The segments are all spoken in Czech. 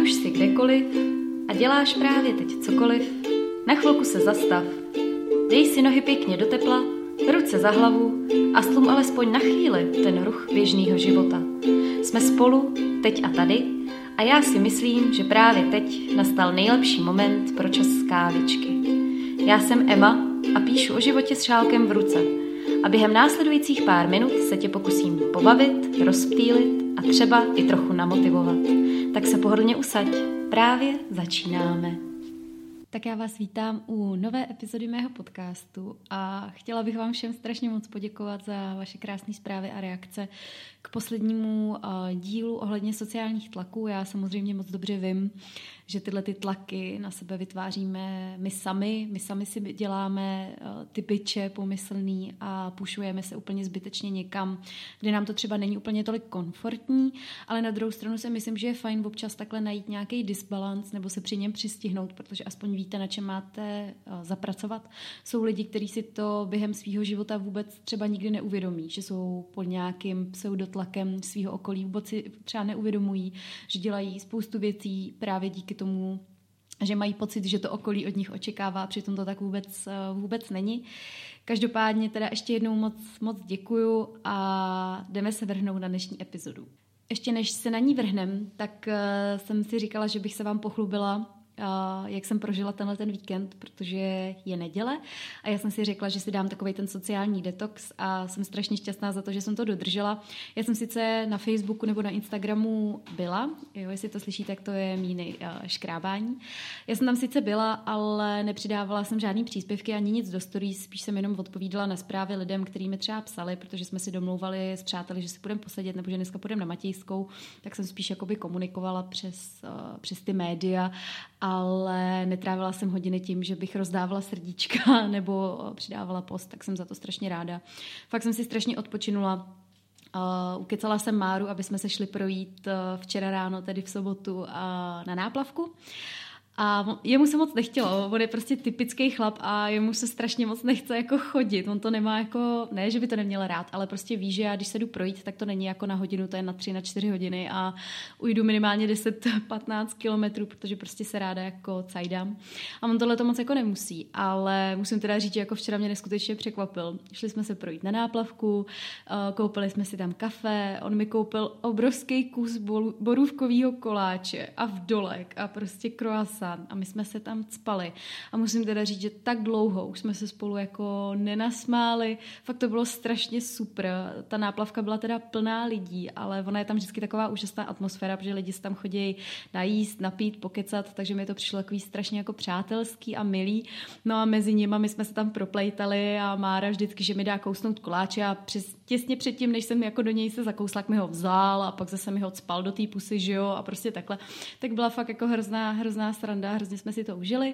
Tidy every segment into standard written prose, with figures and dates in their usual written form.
už jsi kdekoliv a děláš právě teď cokoliv, na chvilku se zastav. Dej si nohy pěkně do tepla, ruce za hlavu a stlum alespoň na chvíli ten ruch běžného života. Jsme spolu, teď a tady, a já si myslím, že právě teď nastal nejlepší moment pro čas kávičky. Já jsem Emma a píšu o životě s šálkem v ruce. A během následujících pár minut se tě pokusím pobavit, rozptýlit a třeba i trochu namotivovat. Tak se pohodlně usaď, právě začínáme. Tak já vás vítám u nové epizody mého podcastu a chtěla bych vám všem strašně moc poděkovat za vaše krásné zprávy a reakce k poslednímu dílu ohledně sociálních tlaků. Já samozřejmě moc dobře vím, že tyhle ty tlaky na sebe vytváříme my sami si děláme ty biče pomyslný a pušujeme se úplně zbytečně někam, kde nám to třeba není úplně tolik komfortní, ale na druhou stranu si myslím, že je fajn občas takhle najít nějaký disbalans nebo se při něm přistihnout, protože aspoň víte, na čem máte zapracovat. Jsou lidi, kteří si to během svého života vůbec třeba nikdy neuvědomí, že jsou pod nějakým pseudotlakem svého okolí, vůbec si třeba neuvědomují, že dělají spoustu věcí právě díky tomu, že mají pocit, že to okolí od nich očekává, přitom to tak vůbec není. Každopádně teda ještě jednou moc děkuju a jdeme se vrhnout na dnešní epizodu. Ještě než se na ní vrhnem, tak jsem si říkala, že bych se vám pochlubila, jak jsem prožila ten víkend, protože je neděle a já jsem si řekla, že si dám takovej ten sociální detox a jsem strašně šťastná za to, že jsem to dodržela. Já jsem sice na Facebooku nebo na Instagramu byla, jestli to slyšíte, tak to je míny škrábání. Já jsem tam sice byla, ale nepřidávala jsem žádný příspěvky ani nic do stories, spíš jsem jenom odpovídala na zprávy lidem, kterými třeba psali, protože jsme si domlouvali s přáteli, že si půjdeme posedět nebo že dneska půjdeme na Matějskou, tak jsem spíš jakoby komunikovala přes ty média, ale netrávila jsem hodiny tím, že bych rozdávala srdíčka nebo přidávala post, tak jsem za to strašně ráda. Fakt jsem si strašně odpočinula. Ukecala jsem Máru, aby jsme se šli projít včera ráno, tedy v sobotu, na náplavku. A jemu se moc nechtělo, on je prostě typický chlap a jemu se strašně moc nechce jako chodit, on to nemá jako, ne, že by to neměl rád, ale prostě ví, že já když se jdu projít, tak to není jako na hodinu, to je na 3-4 hodiny a ujdu minimálně 10-15 kilometrů, protože prostě se ráda jako cajdám. A on tohle to moc jako nemusí, ale musím teda říct, že jako včera mě neskutečně překvapil. Šli jsme se projít na náplavku, koupili jsme si tam kafe, on mi koupil obrovský kus borůvkovýho koláče a vdolek a prostě croissant. A my jsme se tam cpali. A musím teda říct, že tak dlouho už jsme se spolu jako nenasmáli. Fakt to bylo strašně super. Ta náplavka byla teda plná lidí, ale ona je tam vždycky taková úžasná atmosféra, protože lidi se tam chodí najíst, napít, pokecat, takže mi to přišlo takový strašně jako přátelský a milý. No a mezi nimi my jsme se tam proplejtali a Mára vždycky, že mi dá kousnout koláče a těsně předtím, než jsem jako do něj se zakousla, mi ho vzal a pak zase mi ho cpal do té pusy, že jo, a prostě takhle. Tak byla fakt jako hrozná sranda, hrozně jsme si to užili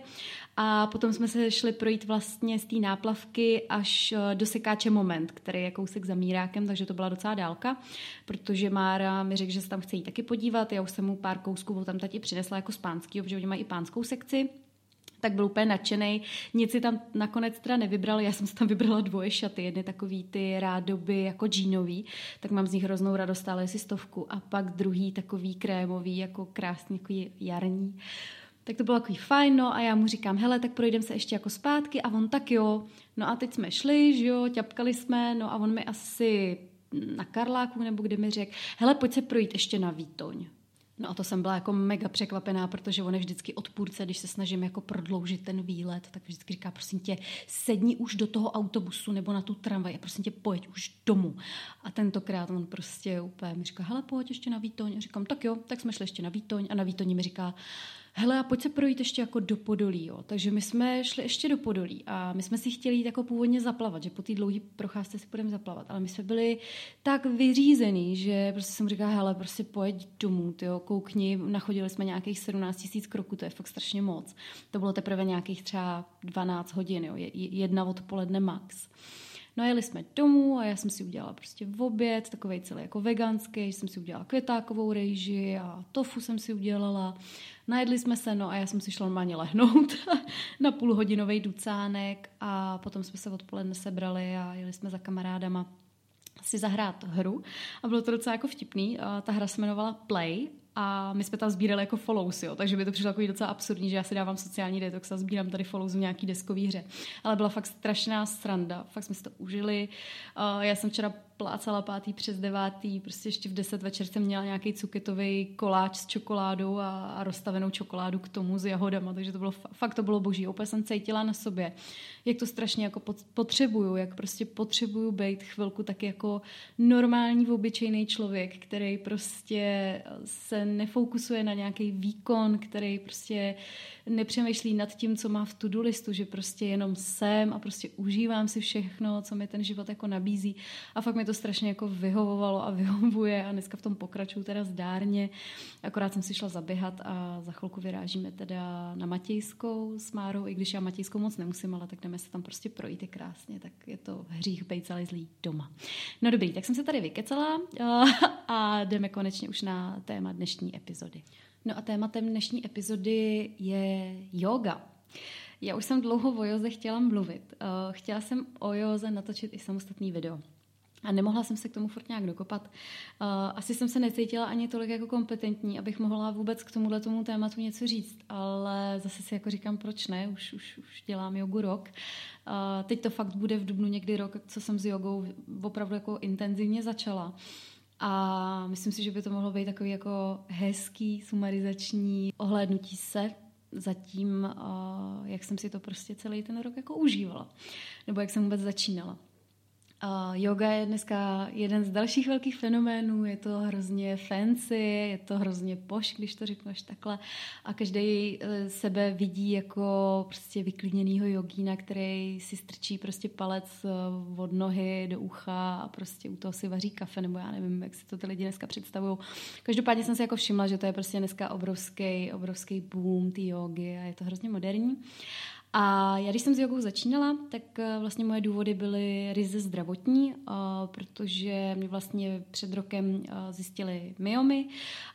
a potom jsme se šli projít vlastně z té náplavky až do sekáče Moment, který je kousek za Mírákem, takže to byla docela dálka, protože Mára mi řekl, že se tam chce jít taky podívat, já už jsem mu pár kousků tam tati přinesla jako z pánskýho, protože oni mají i pánskou sekci. Tak byl úplně nadšenej. Nic si tam nakonec teda nevybral, já jsem si tam vybrala 2 šaty, jedny takový ty rádoby jako džínový, tak mám z nich hroznou radost, stále si 100 a pak druhý takový krémový, jako krásný, jako jarní. Tak to bylo takový fajn, no a já mu říkám, hele, tak projdeme se ještě jako zpátky a on tak jo. No a teď jsme šli, že jo, ťapkali jsme, no a on mi asi na Karláku nebo kde mi řekl, hele, pojď se projít ještě na Výtoň. No a to jsem byla jako mega překvapená, protože on je vždycky odpůrce, když se snažím jako prodloužit ten výlet, tak vždycky říká, prosím tě, sedni už do toho autobusu nebo na tu tramvaj a prosím tě, pojď už domů. A tentokrát on prostě úplně mi říká, hele, pojď ještě na Výtoň. A říkám, tak jo, tak jsme šli ještě na Výtoň a na Výtoní mi říká, hele, a pojď se projít ještě jako do Podolí, jo. Takže my jsme šli ještě do Podolí a my jsme si chtěli jít jako původně zaplavat, že po té dlouhé procházce si půjdeme zaplavat, ale my jsme byli tak vyřízený, že prostě jsem říkala, hele, prostě pojď domů, tyjo, koukni, nachodili jsme nějakých 17 000 kroků, to je fakt strašně moc. To bylo teprve nějakých třeba 12 hodin, jo, 1 odpoledne max. No a jeli jsme domů a já jsem si udělala prostě oběd, takovej celý jako veganský, jsem si udělala květákovou rejži a tofu jsem si udělala. Najedli jsme se, no a já jsem si šla normálně lehnout na půlhodinovej ducánek a potom jsme se odpoledne sebrali a jeli jsme za kamarádama si zahrát hru a bylo to docela jako vtipný. Ta hra se jmenovala Play a my jsme tam sbírali jako follows, jo, takže by to přišlo takový docela absurdní, že já si dávám sociální detox a sbírám tady follows v nějaký deskový hře. Ale byla fakt strašná sranda, fakt jsme si to užili. Já jsem včera plácala 5. přes 9, prostě ještě v 10 večer jsem měla nějaký cuketový koláč s čokoládou a rozstavenou čokoládu k tomu s jahodama, takže to bylo fakt to bylo boží. Úplně jsem cítila na sobě, jak to strašně jako potřebuju, jak prostě potřebuju být chvilku taky jako normální, obyčejný člověk, který prostě se nefokusuje na nějaký výkon, který prostě nepřemýšlí nad tím, co má v to-do listu, že prostě jenom jsem a prostě užívám si všechno, co mi ten život jako nabízí. A fakt mi to strašně jako vyhovovalo a vyhovuje a dneska v tom pokračuju teda zdárně. Akorát jsem si šla zaběhat a za chvilku vyrážíme teda na Matějskou s Márou, i když já Matějskou moc nemusím, ale tak jdeme se tam prostě projít, je krásně, tak je to hřích být celý zlý doma. No dobrý, tak jsem se tady vykecala a jdeme konečně už na téma dnešní epizody. No a tématem dnešní epizody je yoga. Já už jsem dlouho o józe chtěla mluvit. Chtěla jsem o józe natočit i samostatný video. A nemohla jsem se k tomu furt nějak dokopat. Asi jsem se necítila ani tolik jako kompetentní, abych mohla vůbec k tomuhletomu tématu něco říct, ale zase si jako říkám, proč ne, už dělám jogu rok. Teď to fakt bude v dubnu někdy rok, co jsem s jogou opravdu jako intenzivně začala. A myslím si, že by to mohlo být takový jako hezký, sumarizační ohlédnutí se za tím, jak jsem si to prostě celý ten rok jako užívala. Nebo jak jsem vůbec začínala. Yoga je dneska jeden z dalších velkých fenoménů, je to hrozně fancy, je to hrozně poš, když to řeknu až takhle a každý sebe vidí jako prostě vyklidněnýho jogína, který si strčí prostě palec od nohy do ucha a prostě u toho si vaří kafe, nebo já nevím, jak si to ty lidi dneska představují. Každopádně jsem si jako všimla, že to je prostě dneska obrovský boom té jogy a je to hrozně moderní. A já, když jsem s jogou začínala, tak vlastně moje důvody byly ryze zdravotní, protože mě vlastně před rokem zjistili myomy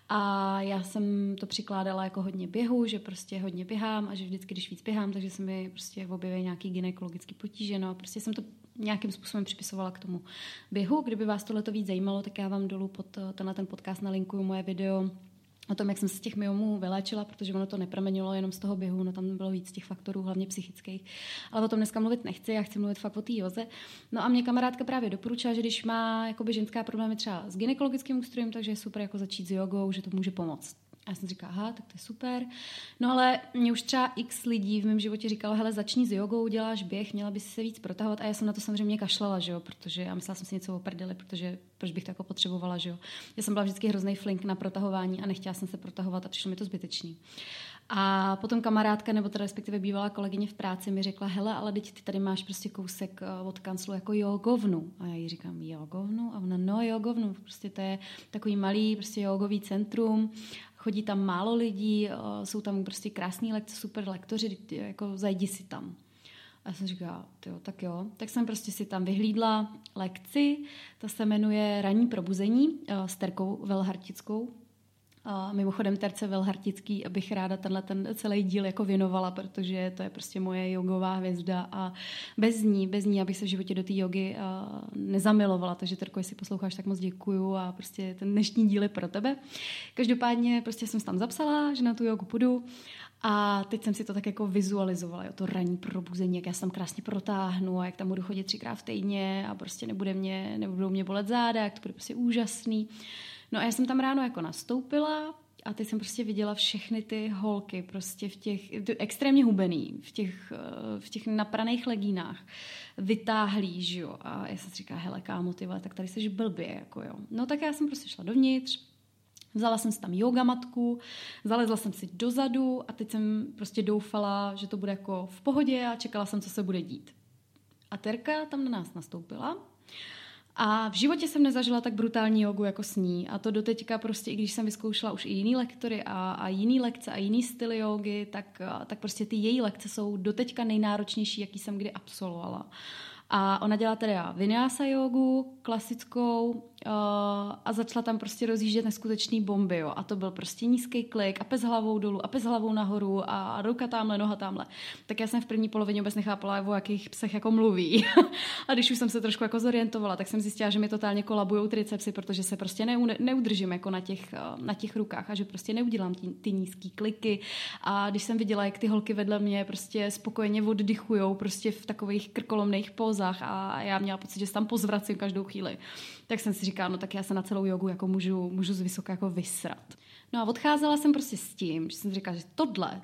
a já jsem to přikládala jako hodně běhu, že prostě hodně běhám a že vždycky, když víc běhám, takže se mi prostě objeví nějaký gynekologický potíže. No a prostě jsem to nějakým způsobem připisovala k tomu běhu. Kdyby vás tohleto víc zajímalo, tak já vám dolů pod ten podcast nalinkuju moje video o tom, jak jsem se z těch myomů vyléčila, protože ono to nepramenilo jenom z toho běhu, no tam bylo víc těch faktorů, hlavně psychických. Ale o tom dneska mluvit nechci, já chci mluvit fakt o té józe. No a mě kamarádka právě doporučila, že když má jakoby ženská problémy třeba s gynekologickým ústrojem, takže je super jako začít s jogou, že to může pomoct. A já jsem říkala, aha, tak to je super. No ale mě už třeba x lidí v mém životě říkalo, hele, začni s jogou, děláš běh, měla bys se víc protahovat a já jsem na to samozřejmě kašlala, že jo, protože já myslela jsem si něco o prdeli, protože proč bych to jako potřebovala, že jo. Já jsem byla vždycky hrozný flink na protahování a nechtěla jsem se protahovat a přišlo mi to zbytečný. A potom kamarádka, nebo teda respektive bývalá kolegyně v práci mi řekla, hele, ale teď ty tady máš prostě kousek od kanclu jako jogovnu. A já jí říkám, jogovnu? A ona, no jogovnu, prostě to je takový malý prostě jogový centrum, chodí tam málo lidí, jsou tam prostě krásný lekce, super lektoři, jako zajdi si tam. A já jsem říkala, tak jo. Tak jsem prostě si tam vyhlídla lekci, ta se jmenuje Ranní probuzení s Terkou Velhartickou. A mimochodem Terce Velhartický bych ráda ten celý díl jako věnovala, protože to je prostě moje jogová hvězda a bez ní abych se v životě do té jogy nezamilovala. Takže Terko, jestli posloucháš, tak moc děkuju a prostě ten dnešní díl je pro tebe. Každopádně prostě jsem si tam zapsala, že na tu jogu půjdu a teď jsem si to tak jako vizualizovala, jo, to ranní probuzení, jak já se tam krásně protáhnu a jak tam budu chodit 3krát v týdně a prostě nebudou mě bolet záda, jak to bude prostě úžasný. No a já jsem tam ráno jako nastoupila a teď jsem prostě viděla všechny ty holky prostě v těch extrémně hubený, v těch napraných legínách, vytáhlý, že jo. A já jsem si říkala, hele kámo, ty vole, tak tady jsi blbě, jako jo. No tak já jsem prostě šla dovnitř, vzala jsem si tam jogamatku, zalezla jsem si dozadu a teď jsem prostě doufala, že to bude jako v pohodě a čekala jsem, co se bude dít. A Terka tam na nás nastoupila. A v životě jsem nezažila tak brutální jogu jako s ní. A to doteďka prostě, i když jsem vyzkoušela už i jiný lektory a jiný lekce a jiný styly jogy, tak prostě ty její lekce jsou doteďka nejnáročnější, jaký jsem kdy absolvovala. A ona dělá teda vinyasa jogu klasickou, a začala tam prostě rozjíždět neskutečný bomby, jo. A to byl prostě nízký klik a pes hlavou dolů a pes hlavou nahoru a ruka tamhle, noha tamhle. Tak já jsem v první polovině vůbec nechápala, o jakých psech jako mluví. A když už jsem se trošku jako zorientovala, tak jsem zjistila, že mi totálně kolabujou tricepsy, protože se prostě neudržím jako na těch rukách a že prostě neudělám ty nízký kliky. A když jsem viděla, jak ty holky vedle mě prostě spokojeně oddychujou prostě v takových krkolomných pózách a já měla pocit, že se tam pozvracím každou chvíli, tak jsem si říkala, no tak já se na celou jogu jako můžu z vysoka jako vysrat. No a odcházela jsem prostě s tím, že jsem říkala, že tohle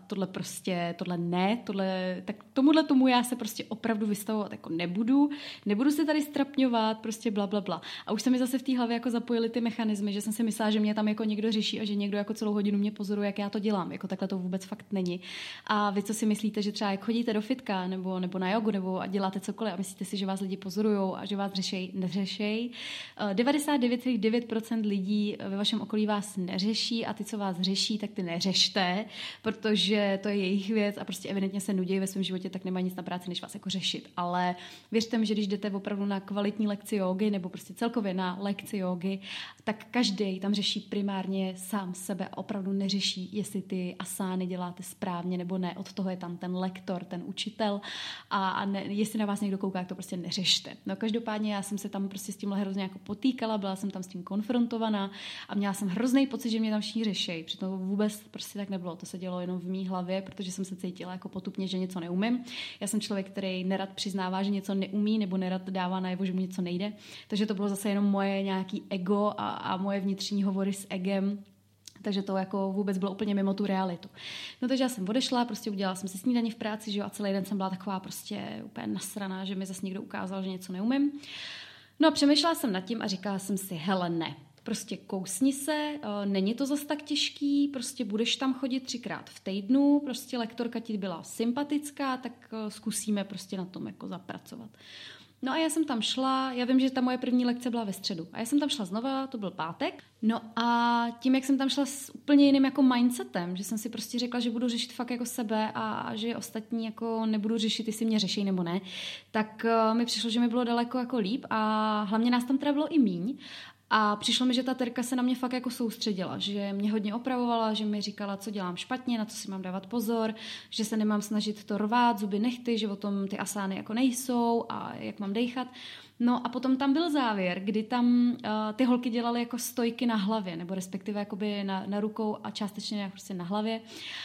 ne, tak tomu já se prostě opravdu vystavovat jako nebudu se tady strapňovat, prostě bla, bla, bla. A už se mi zase v té hlavě jako zapojily ty mechanismy, že jsem si myslela, že mě tam jako někdo řeší a že někdo jako celou hodinu mě pozoruje, jak já to dělám. Jako takhle to vůbec fakt není. A vy, co si myslíte, že třeba jak chodíte do fitka nebo na jogu nebo a děláte cokoliv a myslíte si, že vás lidi pozorujou a že vás neřešej. 99,9% lidí ve vašem okolí vás neřeší a ty, co vás řeší, tak ty neřešte, protože to je jejich věc a prostě evidentně se nudí ve svém životě, tak nemají nic na práci, než vás jako řešit. Ale věřte mi, že když jdete opravdu na kvalitní lekci jógy nebo prostě celkově na lekci jógy, tak každý tam řeší primárně sám sebe a opravdu neřeší, jestli ty asány děláte správně nebo ne. Od toho je tam ten lektor, ten učitel a ne, jestli na vás někdo kouká, tak to prostě neřešte. No každopádně já jsem se tam prostě s tímhle hrozně jako potýkala, byla jsem tam s tím konfrontovaná a měla jsem hrozný pocit, že mě tam všichni řeší. Přitom vůbec prostě tak nebylo. To se dělo jenom v mý hlavě, protože jsem se cítila jako potupně, že něco neumím. Já jsem člověk, který nerad přiznává, že něco neumí nebo nerad dává najevo, že mu něco nejde. Takže to bylo zase jenom moje nějaký ego a moje vnitřní hovory s egem. Takže to jako vůbec bylo úplně mimo tu realitu. No takže já jsem odešla, prostě udělala jsem si snídaní v práci, že jo, a celý den jsem byla taková prostě úplně nasraná, že mi zase někdo ukázal, že něco neumím. No a přemýšlela jsem nad tím a říkala jsem si, hele ne, prostě kousni se, není to zas tak těžký, prostě budeš tam chodit 3krát v týdnu, prostě lektorka ti byla sympatická, tak zkusíme prostě na tom jako zapracovat. No a já jsem tam šla, já vím, že ta moje první lekce byla ve středu. A já jsem tam šla znova, to byl pátek. No a tím, jak jsem tam šla s úplně jiným jako mindsetem, že jsem si prostě řekla, že budu řešit fakt jako sebe a že ostatní jako nebudu řešit, jestli mě řeší nebo ne, tak mi přišlo, že mi bylo daleko jako líp a hlavně nás tam teda bylo i míň. A přišlo mi, že ta Terka se na mě fakt jako soustředila, že mě hodně opravovala, že mi říkala, co dělám špatně, na co si mám dávat pozor, že se nemám snažit to rvát, zuby nechty, že o tom ty asány jako nejsou a jak mám dejchat. No a potom tam byl závěr, kdy tam ty holky dělaly jako stojky na hlavě, nebo respektive jakoby na rukou a částečně jako prostě na hlavě.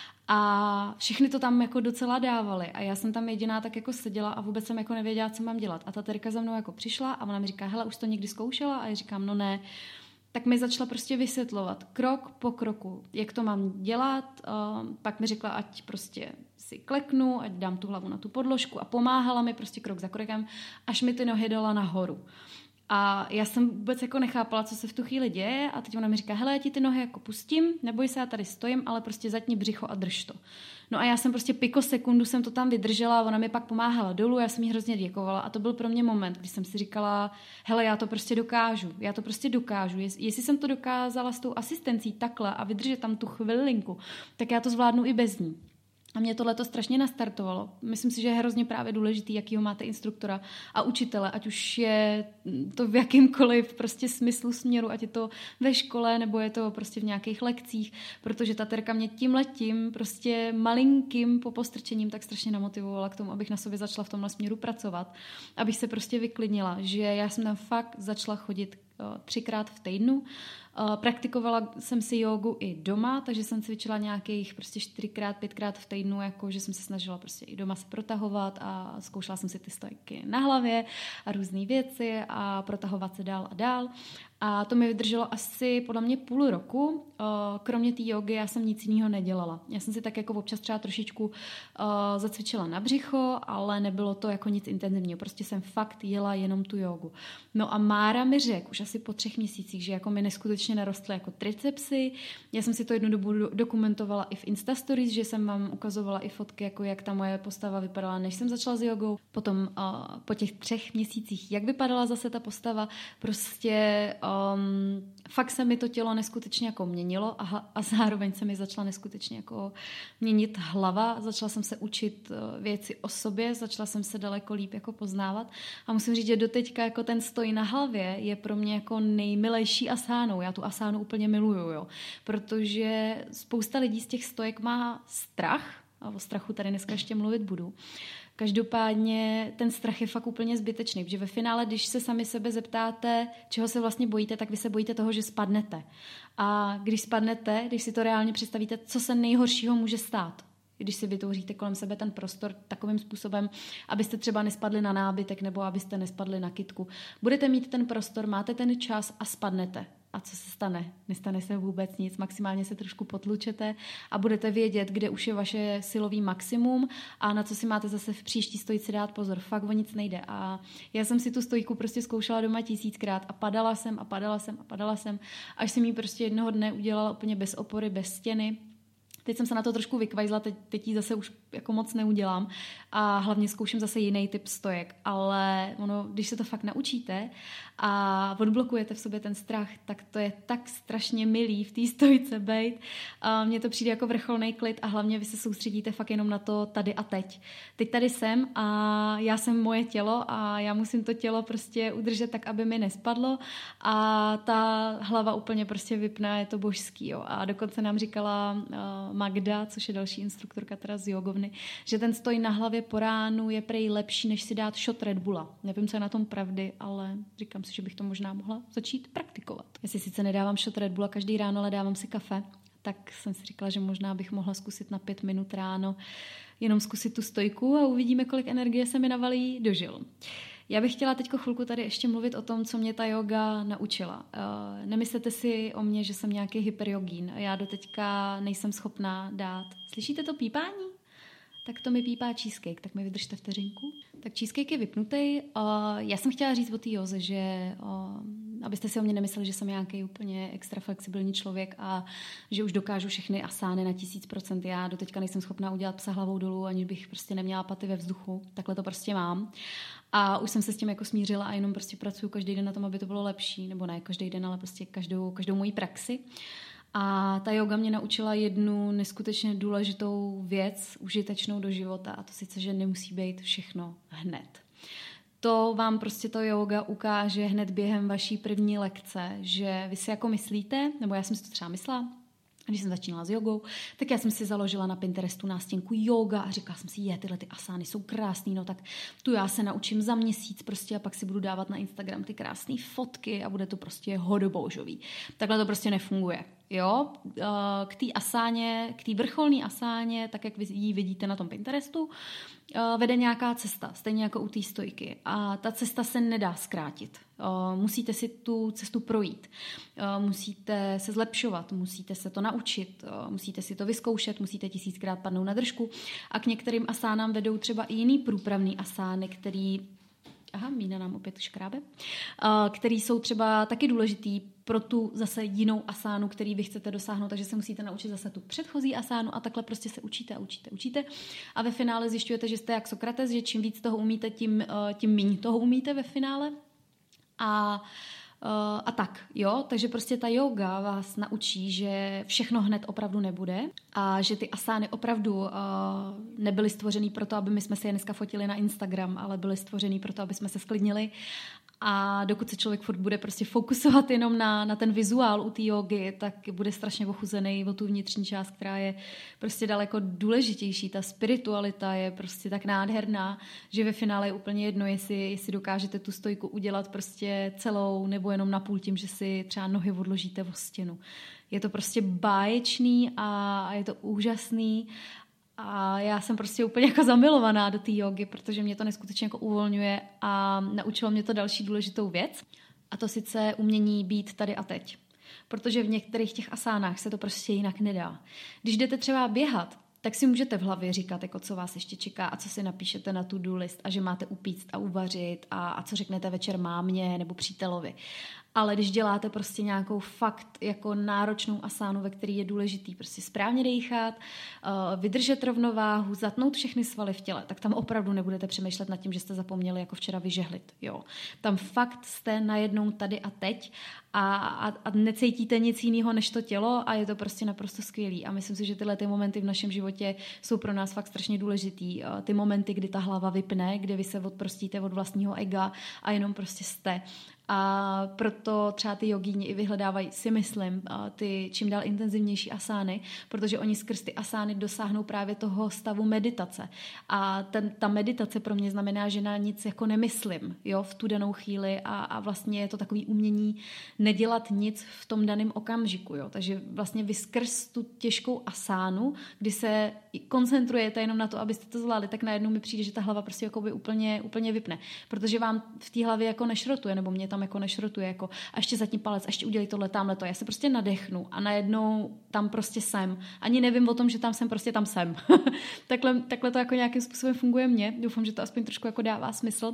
A všechny to tam jako docela dávali a já jsem tam jediná tak jako seděla a vůbec jsem jako nevěděla, co mám dělat. A ta Terka za mnou jako přišla a ona mi říká, hele, už to někdy zkoušela? A já říkám, no ne. Tak mi začala prostě vysvětlovat krok po kroku, jak to mám dělat. Pak mi řekla, ať prostě si kleknu, ať dám tu hlavu na tu podložku a pomáhala mi prostě krok za krokem, až mi ty nohy dala nahoru. A já jsem vůbec jako nechápala, co se v tu chvíli děje a teď ona mi říká, hele, já ti ty nohy jako pustím, neboj se, já tady stojím, ale prostě zatni břicho a drž to. No a já jsem prostě pikosekundu jsem to tam vydržela a ona mi pak pomáhala dolů, já jsem jí hrozně děkovala a to byl pro mě moment, kdy jsem si říkala, hele, já to prostě dokážu, jestli jsem to dokázala s tou asistencí takhle a vydržet tam tu chvilinku, tak já to zvládnu i bez ní. A mě tohle to strašně nastartovalo. Myslím si, že je hrozně právě důležitý, jakýho máte instruktora a učitele, ať už je to v jakýmkoliv prostě smyslu, směru, ať je to ve škole, nebo je to prostě v nějakých lekcích, protože ta Terka mě tímhletím prostě malinkým popostrčením tak strašně namotivovala k tomu, abych na sobě začala v tomhle směru pracovat, abych se prostě vyklidnila, že já jsem tam fakt začala chodit 3krát v týdnu. Praktikovala jsem si jógu i doma, takže jsem cvičila nějakých prostě 4krát, 5krát v týdnu, jako že jsem se snažila prostě i doma se protahovat a zkoušela jsem si ty stojky na hlavě a různé věci a protahovat se dál a dál. A to mi vydrželo asi podle mě půl roku. Kromě té jógy já jsem nic jiného nedělala. Já jsem si tak jako občas třeba trošičku zacvičila na břicho, ale nebylo to jako nic intenzivního. Prostě jsem fakt jela jenom tu jógu. No a Mára mi řekl už asi po 3 měsících, že jako mi neskutečně narostly jako tricepsy. Já jsem si to jednu dobu dokumentovala i v Insta Stories, že jsem vám ukazovala i fotky, jako jak ta moje postava vypadala, než jsem začala s jogou. Potom po těch 3 měsících, jak vypadala zase ta postava, prostě fakt se mi to tělo neskutečně jako měnilo a zároveň se mi začala neskutečně jako měnit hlava, začala jsem se učit věci o sobě, začala jsem se daleko líp jako poznávat a musím říct, že doteďka jako ten stoj na hlavě je pro mě jako nejmilejší asánou. Já tu asánu úplně miluju, jo, protože spousta lidí z těch stojek má strach a o strachu tady dneska ještě mluvit budu. Každopádně ten strach je fakt úplně zbytečný, protože ve finále, když se sami sebe zeptáte, čeho se vlastně bojíte, tak vy se bojíte toho, že spadnete. A když spadnete, když si to reálně představíte, co se nejhoršího může stát, když si vytvoříte kolem sebe ten prostor takovým způsobem, abyste třeba nespadli na nábytek nebo abyste nespadli na kytku. Budete mít ten prostor, máte ten čas a spadnete. A co se stane? Nestane se vůbec nic, maximálně se trošku potlučete a budete vědět, kde už je vaše silový maximum a na co si máte zase v příští stojici dát pozor. Fakt o nic nejde. A já jsem si tu stojku prostě zkoušela doma 1000krát a padala jsem, až jsem ji prostě jednoho dne udělala úplně bez opory, bez stěny. Teď jsem se na to trošku vykvajzla, teď ji zase už jako moc neudělám a hlavně zkouším zase jiný typ stojek, ale ono, když se to fakt naučíte a odblokujete v sobě ten strach, tak to je tak strašně milý v té stojce bejt. Mně to přijde jako vrcholný klid a hlavně vy se soustředíte fakt jenom na to tady a teď. Teď tady jsem a já jsem moje tělo a já musím to tělo prostě udržet tak, aby mi nespadlo a ta hlava úplně prostě vypne, je to božský. Jo. A dokonce nám říkala Magda, což je další instruktorka teda z jogovny, že ten stoj na hlavě po ránu je prej lepší, než si dát shot Red Bulla. Nevím, co je na tom pravdy, ale říkám si, že bych to možná mohla začít praktikovat. Já si sice nedávám shot Red Bulla každý ráno, ale dávám si kafe, tak jsem si říkala, že možná bych mohla zkusit na 5 minut ráno jenom zkusit tu stojku a uvidíme, kolik energie se mi navalí do žil. Já bych chtěla teď chvilku tady ještě mluvit o tom, co mě ta yoga naučila. Nemyslete si o mě, že jsem nějaký hyperjogín. Já doteďka nejsem schopná dát. Slyšíte to pípání? Tak to mi pípá cheesecake, tak mi vydržte vteřinku. Tak cheesecake je vypnutý. Já jsem chtěla říct o té józe, že abyste si o mě nemysleli, že jsem nějaký úplně extra flexibilní člověk a že už dokážu všechny asány na 1000%. Já doteďka nejsem schopná udělat psa hlavou dolů, aniž bych prostě neměla paty ve vzduchu. Takhle to prostě mám. A už jsem se s tím jako smířila a jenom prostě pracuji každý den na tom, aby to bylo lepší. Nebo ne každý den, ale prostě každou moji praxi. A ta yoga mě naučila jednu neskutečně důležitou věc, užitečnou do života, a to sice, že nemusí být všechno hned. To vám prostě to yoga ukáže hned během vaší první lekce, že vy si jako myslíte, nebo já jsem si to třeba myslela, když jsem začínala s jogou, tak já jsem si založila na Pinterestu nástěnku yoga a říkala jsem si, tyhle ty asány jsou krásný, no tak tu já se naučím za měsíc prostě a pak si budu dávat na Instagram ty krásné fotky a bude to prostě hodoboužový. Takhle to prostě nefunguje. Jo, k té asáně, k té vrcholné asáně, tak jak vy ji vidíte na tom Pinterestu, vede nějaká cesta, stejně jako u té stojky. A ta cesta se nedá zkrátit. Musíte si tu cestu projít. Musíte se zlepšovat, musíte se to naučit, musíte si to vyzkoušet, musíte 1000krát padnout na držku. A k některým asánám vedou třeba i jiný průpravný asány, který... Mína nám opět škrábe. Který jsou třeba taky důležitý pro tu zase jinou asánu, který vy chcete dosáhnout, takže se musíte naučit zase tu předchozí asánu a takhle prostě se učíte. A ve finále zjišťujete, že jste jak Sokrates, že čím víc toho umíte, tím méně toho umíte ve finále. A tak, jo, takže prostě ta yoga vás naučí, že všechno hned opravdu nebude a že ty asány opravdu nebyly stvořený proto, aby my jsme si je dneska fotili na Instagram, ale byly stvořený proto, aby jsme se sklidnili. A dokud se člověk furt bude prostě fokusovat jenom na ten vizuál u té jogy, tak bude strašně ochuzený o tu vnitřní část, která je prostě daleko důležitější. Ta spiritualita je prostě tak nádherná, že ve finále je úplně jedno, jestli dokážete tu stojku udělat prostě celou nebo jenom na půl tím, že si třeba nohy odložíte o stěnu. Je to prostě báječný a je to úžasný. A já jsem prostě úplně jako zamilovaná do té jogy, protože mě to neskutečně jako uvolňuje a naučilo mě to další důležitou věc. A to sice umění být tady a teď. Protože v některých těch asánách se to prostě jinak nedá. Když jdete třeba běhat, tak si můžete v hlavě říkat, jako co vás ještě čeká a co si napíšete na to-do list a že máte upíct a uvařit a co řeknete večer mámě nebo přítelovi. Ale když děláte prostě nějakou fakt jako náročnou asánu, ve který je důležitý prostě správně dýchat, vydržet rovnováhu, zatnout všechny svaly v těle, tak tam opravdu nebudete přemýšlet nad tím, že jste zapomněli jako včera vyžehlit. Jo. Tam fakt jste najednou tady a teď a necítíte nic jiného než to tělo a je to prostě naprosto skvělý. A myslím si, že tyhle ty momenty v našem životě jsou pro nás fakt strašně důležitý. Ty momenty, kdy ta hlava vypne, kdy vy se odprostíte od vlastního ega a jenom prostě jste. A proto třeba ty jogíni i vyhledávají, si myslím, ty čím dál intenzivnější asány, protože oni skrz ty asány dosáhnou právě toho stavu meditace. A ta meditace pro mě znamená, že na nic jako nemyslím, jo, v tu danou chvíli a vlastně je to takový umění nedělat nic v tom daném okamžiku, jo. Takže vlastně vy skrz tu těžkou asánu, kdy se koncentrujete jenom na to, abyste to zvládli, tak najednou mi přijde, že ta hlava prostě jakoby úplně vypne, protože vám v té hlavě jako nešrotuje, nebo mě tam jako nešrotuje, jako a ještě zatím palec, a ještě udělej tohle, tamhleto. Já se prostě nadechnu a najednou tam prostě jsem. Ani nevím o tom, že tam jsem, prostě tam jsem. takhle to jako nějakým způsobem funguje mně. Doufám, že to aspoň trošku jako dává smysl.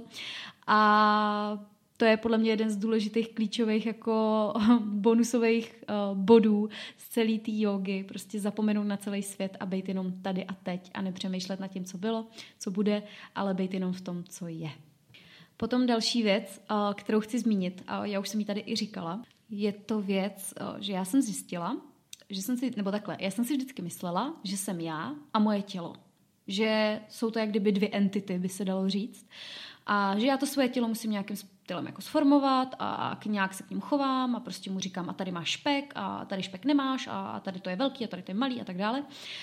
A to je podle mě jeden z důležitých klíčových jako bonusových bodů z celé té jógy. Prostě zapomenout na celý svět a být jenom tady a teď a nepřemýšlet nad tím, co bylo, co bude, ale být jenom v tom, co je. Potom další věc, kterou chci zmínit, a já už jsem ji tady i říkala, je to věc, že já jsem zjistila, že jsem si, nebo takhle, já jsem si vždycky myslela, že jsem já a moje tělo. Že jsou to jak kdyby dvě entity, by se dalo říct. A že já to svoje tělo musím nějakým stylem jako sformovat a nějak se k ním chovám a prostě mu říkám, a tady máš špek a tady špek nemáš a tady to je velký a tady to je malý a tak dále.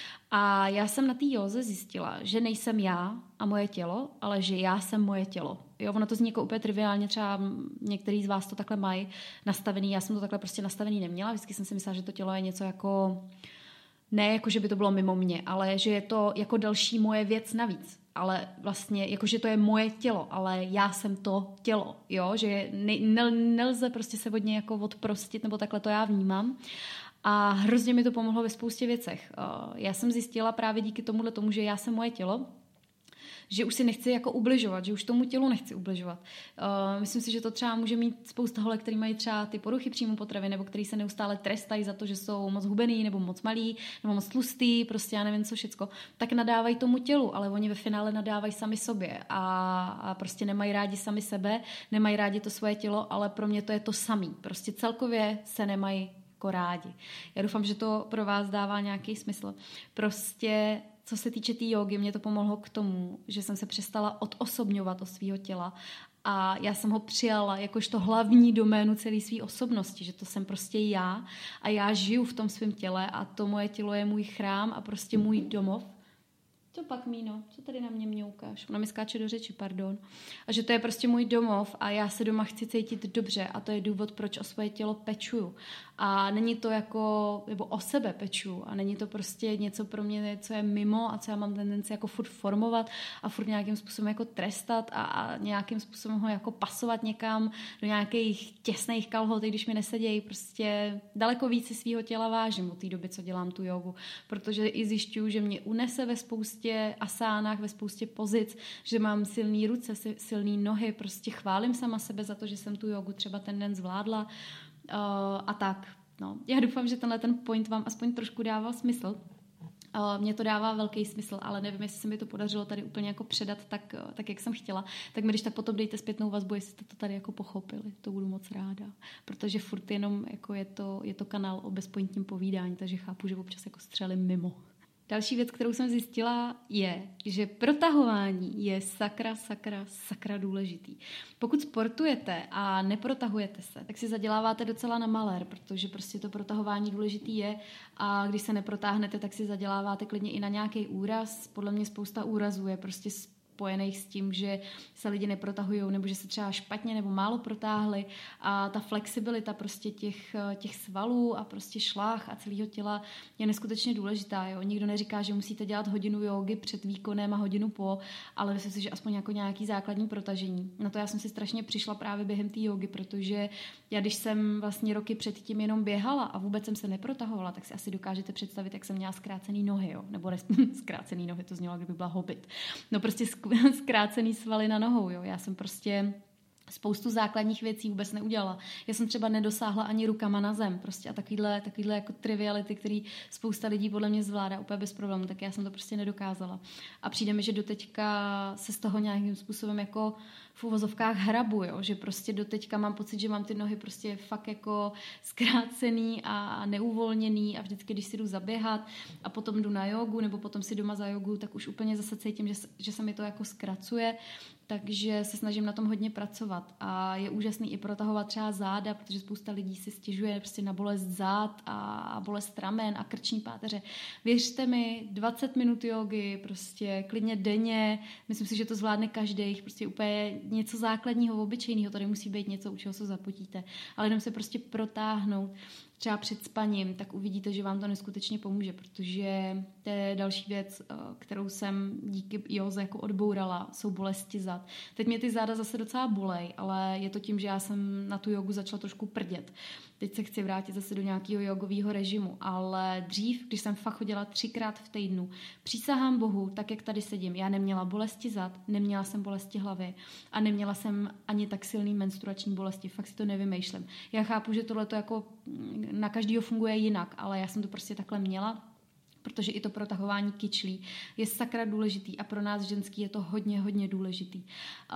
A já jsem na té józe zjistila, že nejsem já a moje tělo, ale že já jsem moje tělo. Jo, ono to zní jako úplně triviálně, třeba některý z vás to takhle mají nastavený, já jsem to takhle prostě nastavený neměla, vždycky jsem si myslela, že to tělo je něco jako, ne jako, že by to bylo mimo mě, ale že je to jako další moje věc navíc. Ale vlastně, jakože to je moje tělo, ale já jsem to tělo, jo, že nelze prostě se od něj jako odprostit, nebo takhle to já vnímám. A hrozně mi to pomohlo ve spoustě věcech. Já jsem zjistila právě díky tomu, že já jsem moje tělo, že už si nechci jako ubližovat, že už tomu tělu nechci ubližovat. Myslím si, že to třeba může mít spousta holek, který mají třeba ty poruchy příjmu potravy, nebo který se neustále trestají za to, že jsou moc hubený, nebo moc malí, nebo moc tlustý, prostě já nevím co všecko, tak nadávají tomu tělu, ale oni ve finále nadávají sami sobě a prostě nemají rádi sami sebe, nemají rádi to svoje tělo, ale pro mě to je to samý. Prostě celkově se nemají jako rádi. Já doufám, že to pro vás dává nějaký smysl. Prostě co se týče té jógy, mě to pomohlo k tomu, že jsem se přestala odosobňovat od svého těla a já jsem ho přijala jakožto hlavní doménu celé své osobnosti, že to jsem prostě já a já žiju v tom svém těle a to moje tělo je můj chrám a prostě můj domov. Co pak, Míno? Co tady na mě mňoukáš? Ona mi skáče do řeči, pardon. A že to je prostě můj domov a já se doma chci cítit dobře a to je důvod, proč o svoje tělo pečuju. A není to jako, nebo o sebe pečuju a není to prostě něco pro mě, co je mimo a co já mám tendenci jako furt formovat a furt nějakým způsobem jako trestat a nějakým způsobem ho jako pasovat někam do nějakých těsných kalhot, i když mi nesedějí. Prostě daleko víc si svýho těla vážím od té doby, co dělám tu jogu, protože i zjišťuju, že mě unese ve spoustě asánách, ve spoustě pozic, že mám silný ruce, silný nohy, prostě chválím sama sebe za to, že jsem tu jogu třeba ten den zvládla a tak. No. Já doufám, že tenhle ten point vám aspoň trošku dával smysl. Mně to dává velký smysl, ale nevím, jestli se mi to podařilo tady úplně jako předat tak, jak jsem chtěla. Tak mi když tak potom dejte zpětnou vazbu, jestli jste to tady jako pochopili. To budu moc ráda. Protože furt jenom jako je to kanál o bezpointním povídání, takže chápu, že občas jako střelím mimo. Další věc, kterou jsem zjistila, je, že protahování je sakra důležitý. Pokud sportujete a neprotahujete se, tak si zaděláváte docela na malér, protože prostě to protahování důležitý je a když se neprotáhnete, tak si zaděláváte klidně i na nějaký úraz. Podle mě spousta úrazů je prostě spojených s tím, že se lidi neprotahují nebo že se třeba špatně nebo málo protáhli a ta flexibilita prostě těch svalů a prostě šlách a celého těla je neskutečně důležitá. Jo? Nikdo neříká, že musíte dělat hodinu jógy před výkonem a hodinu po, ale myslím si, že aspoň jako nějaký základní protažení. Na to já jsem si strašně přišla právě během té jógy, protože já když jsem vlastně roky předtím jenom běhala a vůbec jsem se neprotahovala, tak si asi dokážete představit, jak jsem měla zkrácený nohy, jo? Nebo zkrácený nohy, to znělo, kdyby byla hobit. No prostě zkrácený svaly na nohou, jo. Já jsem prostě spoustu základních věcí vůbec neudělala. Já jsem třeba nedosáhla ani rukama na zem prostě a takovýhle jako triviality, který spousta lidí podle mě zvládá úplně bez problémů, tak já jsem to prostě nedokázala. A přijde mi, že doteďka se z toho nějakým způsobem jako v uvozovkách hrabu, jo? Že prostě doteďka mám pocit, že mám ty nohy prostě fakt jako zkrácený a neuvolněný a vždycky, když si jdu zaběhat a potom jdu na jogu nebo potom si doma za jogu, tak už úplně zase cítím, že se mi to jako zkracuje, takže se snažím na tom hodně pracovat a je úžasný i protahovat třeba záda, protože spousta lidí si stěžuje prostě na bolest zád a bolest ramen a krční páteře. Věřte mi, 20 minut jogy, prostě klidně denně, myslím si, že to zvládne každý, prostě úplně něco základního, obyčejného, to nemusí být něco, u čeho se zapotíte, ale jenom se prostě protáhnout třeba před spaním, tak uvidíte, že vám to neskutečně pomůže, protože to je další věc, kterou jsem díky józe jako odbourala, jsou bolesti zad. Teď mě ty záda zase docela bolej, ale je to tím, že já jsem na tu jogu začala trošku prdět. Teď se chci vrátit zase do nějakého jogového režimu, ale dřív, když jsem fakt chodila 3krát v týdnu, přísahám Bohu, tak jak tady sedím, já neměla bolesti zad, neměla jsem bolesti hlavy a neměla jsem ani tak silný menstruační bolesti, fakt si to nevymýšlím. Já chápu, že tohle to jako na každýho funguje jinak, ale já jsem to prostě takhle měla, protože i to protahování kyčlí je sakra důležitý a pro nás ženský je to hodně, hodně důležitý.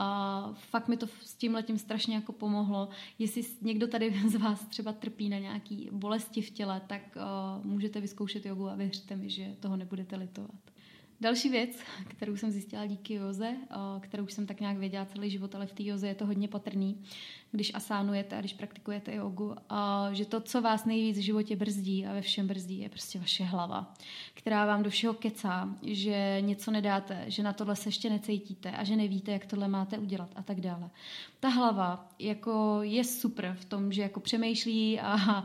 Fakt mi to s tímhletím strašně jako pomohlo. Jestli někdo tady z vás třeba trpí na nějaký bolesti v těle, tak můžete vyzkoušet jogu a věřte mi, že toho nebudete litovat. Další věc, kterou jsem zjistila díky józe, kterou už jsem tak nějak věděla celý život, ale v té józe je to hodně patrný, když asánujete a když praktikujete jogu, že to, co vás nejvíc v životě brzdí a ve všem brzdí, je prostě vaše hlava, která vám do všeho kecá, že něco nedáte, že na tohle se ještě necítíte a že nevíte, jak tohle máte udělat a tak dále. Ta hlava jako je super v tom, že jako přemýšlí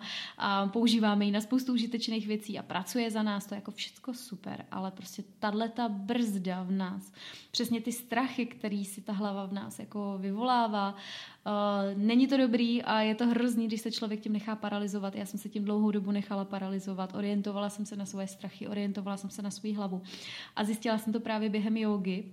a používáme ji na spoustu užitečných věcí a pracuje za nás, to je jako všecko super, ale prostě ta brzda v nás, přesně ty strachy, který si ta hlava v nás jako vyvolává, není to dobrý a je to hrozný, když se člověk tím nechá paralyzovat. Já jsem se tím dlouhou dobu nechala paralyzovat, orientovala jsem se na svoje strachy, orientovala jsem se na svou hlavu a zjistila jsem to právě během jógy,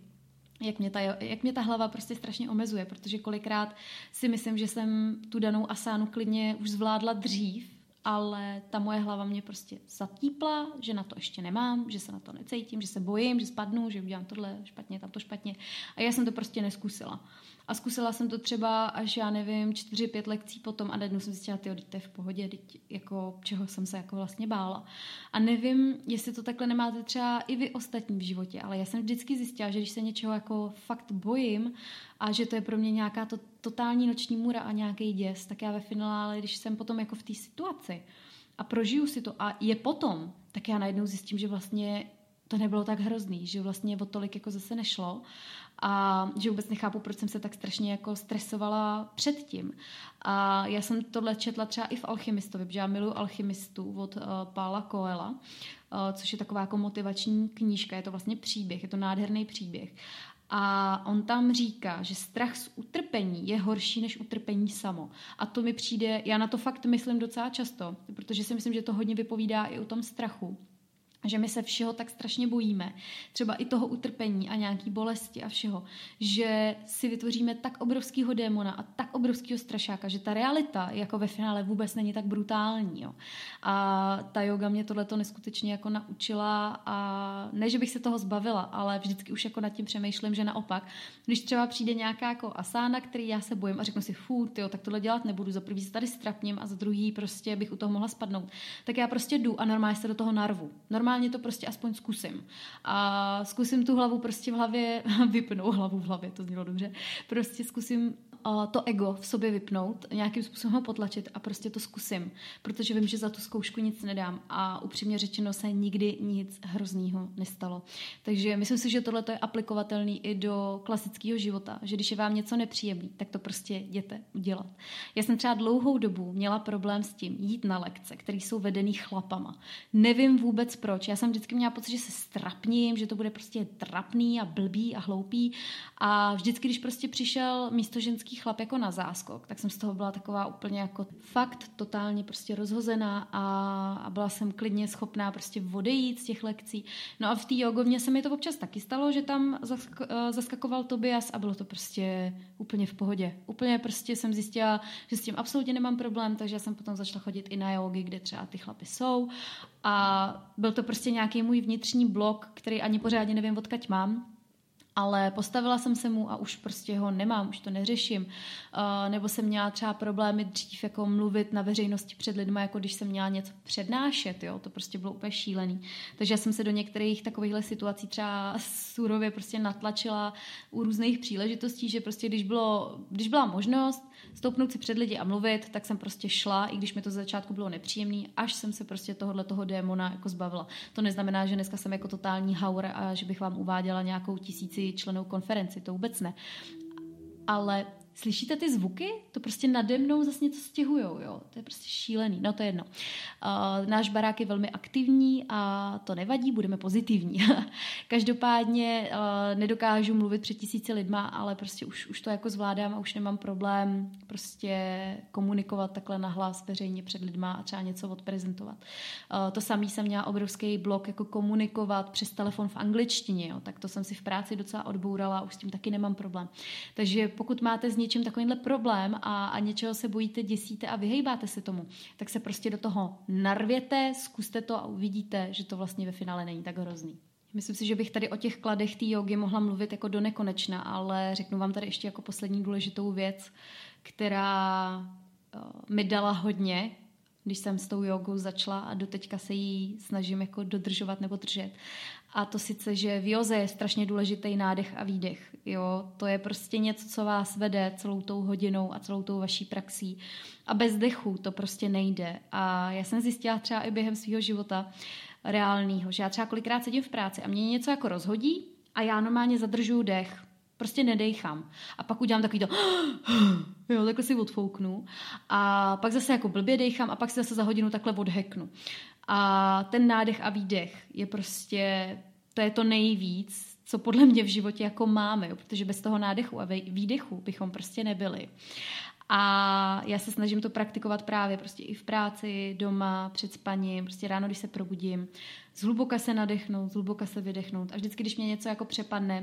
jak mě ta hlava prostě strašně omezuje, protože kolikrát si myslím, že jsem tu danou asánu klidně už zvládla dřív, ale ta moje hlava mě prostě zatípla, že na to ještě nemám, že se na to necítím, že se bojím, že spadnu, že udělám tohle špatně, tamto špatně. A já jsem to prostě neskusila. A zkusila jsem to třeba až, já nevím, 4-5 lekcí potom a najednou jsem zjistila, tyjo, to je v pohodě, teď jako, čeho jsem se jako vlastně bála. A nevím, jestli to takhle nemáte třeba i vy ostatní v životě, ale já jsem vždycky zjistila, že když se něčeho jako fakt bojím a že to je pro mě nějaká totální noční můra a nějaký děs, tak já ve finále, když jsem potom jako v té situaci a prožiju si to a je potom, tak já najednou zjistím, že vlastně to nebylo tak hrozný, že vlastně o tolik jako zase nešlo a že vůbec nechápu, proč jsem se tak strašně jako stresovala předtím. A já jsem tohle četla třeba i v Alchymistovi, protože já miluji Alchymistu od Paula Coela, což je taková jako motivační knížka, je to vlastně příběh, je to nádherný příběh. A on tam říká, že strach z utrpení je horší než utrpení samo. A to mi přijde, já na to fakt myslím docela často, protože si myslím, že to hodně vypovídá i o tom strachu. Že my se všeho tak strašně bojíme, třeba i toho utrpení a nějaký bolesti a všeho, že si vytvoříme tak obrovskýho démona a tak obrovskýho strašáka, že ta realita jako ve finále vůbec není tak brutální. Jo. A ta yoga mě tohleto neskutečně jako naučila a ne, že bych se toho zbavila, ale vždycky už jako nad tím přemýšlím, že naopak, když třeba přijde nějaká jako asána, který já se bojím a řeknu si, tak tohle dělat nebudu, za první se tady strapním a za druhý prostě bych u toho mohla spadnout, tak já prostě jdu a normálně se do toho narvu. Normálně to prostě aspoň zkusím. A zkusím tu hlavu prostě v hlavě, vypnout hlavu v hlavě, to znělo dobře, prostě zkusím to ego v sobě vypnout, nějakým způsobem ho potlačit a prostě to zkusím, protože vím, že za tu zkoušku nic nedám a upřímně řečeno se nikdy nic hroznýho nestalo. Takže myslím si, že tohle je aplikovatelný i do klasického života, že když je vám něco nepříjemný, tak to prostě jděte udělat. Já jsem třeba dlouhou dobu měla problém s tím jít na lekce, které jsou vedený chlapama. Nevím vůbec proč. Já jsem vždycky měla pocit, že se strapním, že to bude prostě trapný a blbý a hloupý a vždycky, když prostě přišel místoženský obrovský chlap jako na záskok, tak jsem z toho byla taková úplně jako fakt totálně prostě rozhozená a byla jsem klidně schopná prostě odejít z těch lekcí. No a v té jogovně se mi to občas taky stalo, že tam zaskakoval Tobias a bylo to prostě úplně v pohodě. Úplně prostě jsem zjistila, že s tím absolutně nemám problém, takže jsem potom začala chodit i na jogy, kde třeba ty chlapy jsou a byl to prostě nějaký můj vnitřní blok, který ani pořádně nevím, odkud mám. Ale postavila jsem se mu a už prostě ho nemám, už to neřeším. Nebo jsem měla třeba problémy dřív jako mluvit na veřejnosti před lidma, jako když jsem měla něco přednášet, jo, to prostě bylo úplně šílený. Takže já jsem se do některých takovýchhle situací třeba surově prostě natlačila u různých příležitostí, že prostě když byla možnost stoupnout si před lidi a mluvit, tak jsem prostě šla, i když mi to ze začátku bylo nepříjemný, až jsem se prostě toho démona jako zbavila. To neznamená, že dneska jsem jako totální haur a že bych vám uváděla nějakou 1000 členů konferenci, to vůbec ne. Ale slyšíte ty zvuky? To prostě nade mnou zase něco stěhujou, jo. To je prostě šílený, no to je jedno. Náš barák je velmi aktivní a to nevadí, budeme pozitivní. Každopádně nedokážu mluvit před 1000 lidma, ale prostě už to jako zvládám a už nemám problém prostě komunikovat takhle nahlas veřejně před lidma a třeba něco odprezentovat. To samý jsem měla obrovský blok jako komunikovat přes telefon v angličtině, jo. Tak to jsem si v práci docela odbourala a už s tím taky nemám problém. Takže pokud máte s něčím takovýmhle problém a něčeho se bojíte, děsíte a vyhejbáte se tomu, tak se prostě do toho narvěte, zkuste to a uvidíte, že to vlastně ve finále není tak hrozný. Myslím si, že bych tady o těch kladech té jogy mohla mluvit jako do nekonečna, ale řeknu vám tady ještě jako poslední důležitou věc, která mi dala hodně, když jsem s tou jogou začala a doteďka se jí snažím jako dodržovat nebo držet. A to sice, že v józe je strašně důležitý nádech a výdech. Jo? To je prostě něco, co vás vede celou tou hodinou a celou tou vaší praxí. A bez dechu to prostě nejde. A já jsem zjistila třeba i během svého života reálného, že já třeba kolikrát sedím v práci a mě něco jako rozhodí a já normálně zadržuju dech. Prostě nedejchám. A pak udělám takový to, jo, takhle si odfouknu. A pak zase jako blbě dejchám a pak si zase za hodinu takhle odheknu. A ten nádech a výdech je prostě, to je to nejvíc, co podle mě v životě jako máme, jo, protože bez toho nádechu a výdechu bychom prostě nebyli. A já se snažím to praktikovat právě prostě i v práci, doma, před spaním, prostě ráno, když se probudím, zhluboka se nadechnout, zhluboka se vydechnout. A vždycky, když mě něco jako přepadne,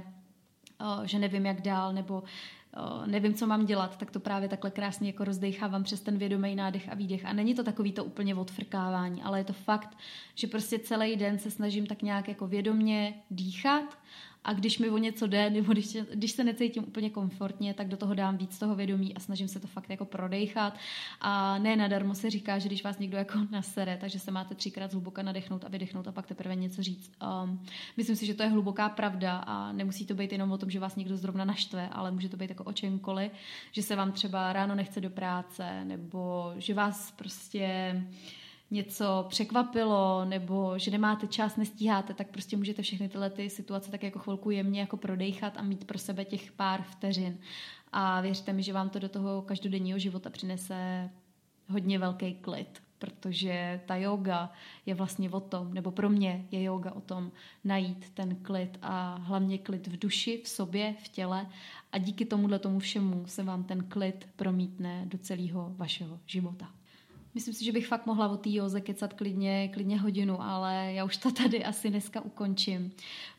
že nevím, jak dál, nebo nevím, co mám dělat, tak to právě takhle krásně jako rozdechávám přes ten vědomý nádech a výdech. A není to takový to úplně odfrkávání, ale je to fakt, že prostě celý den se snažím tak nějak jako vědomě dýchat a když mi o něco jde, nebo když se necítím úplně komfortně, tak do toho dám víc toho vědomí a snažím se to fakt jako prodejchat. A ne nadarmo se říká, že když vás někdo jako nasere, takže se máte 3krát zhluboka nadechnout a vydechnout a pak teprve něco říct. Myslím si, že to je hluboká pravda a nemusí to být jenom o tom, že vás někdo zrovna naštve, ale může to být jako o čemkoliv, že se vám třeba ráno nechce do práce, nebo že vás prostě něco překvapilo, nebo že nemáte čas, nestíháte, tak prostě můžete všechny tyhle ty situace tak jako chvilku jemně jako prodejchat a mít pro sebe těch pár vteřin. A věřte mi, že vám to do toho každodenního života přinese hodně velký klid, protože ta yoga je vlastně o tom, nebo pro mě je yoga o tom najít ten klid a hlavně klid v duši, v sobě, v těle a díky tomu všemu se vám ten klid promítne do celého vašeho života. Myslím si, že bych fakt mohla o té józe kecat klidně hodinu, ale já už to tady asi dneska ukončím,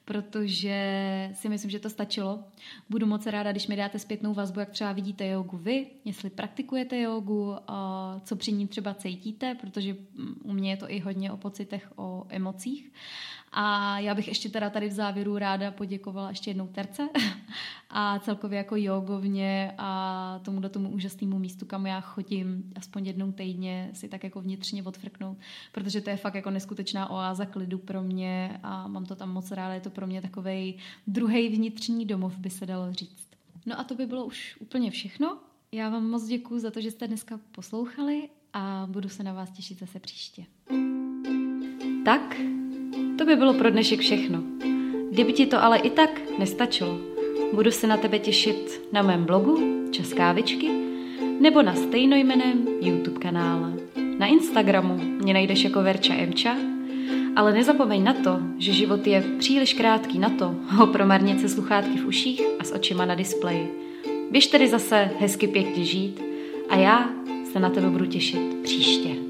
protože si myslím, že to stačilo. Budu moc ráda, když mi dáte zpětnou vazbu, jak třeba vidíte jogu vy, jestli praktikujete jogu, co při ní třeba cítíte, protože u mě je to i hodně o pocitech, o emocích. A já bych ještě teda tady v závěru ráda poděkovala ještě jednou Terce a celkově jako jogovně a tomu úžasnému místu, kam já chodím aspoň jednou týdně si tak jako vnitřně odfrknout, protože to je fakt jako neskutečná oáza klidu pro mě a mám to tam moc ráda, je to pro mě takovej druhej vnitřní domov, by se dalo říct. No a to by bylo už úplně všechno. Já vám moc děkuju za to, že jste dneska poslouchali a budu se na vás těšit zase příště. Tak, to by bylo pro dnešek všechno. Kdyby ti to ale i tak nestačilo, budu se na tebe těšit na mém blogu Čas kávičky nebo na stejnojmenném YouTube kanále. Na Instagramu mě najdeš jako Verča Emča, ale nezapomeň na to, že život je příliš krátký na to ho promarnit se sluchátky v uších a s očima na displeji. Běž tedy zase hezky pěkně žít a já se na tebe budu těšit příště.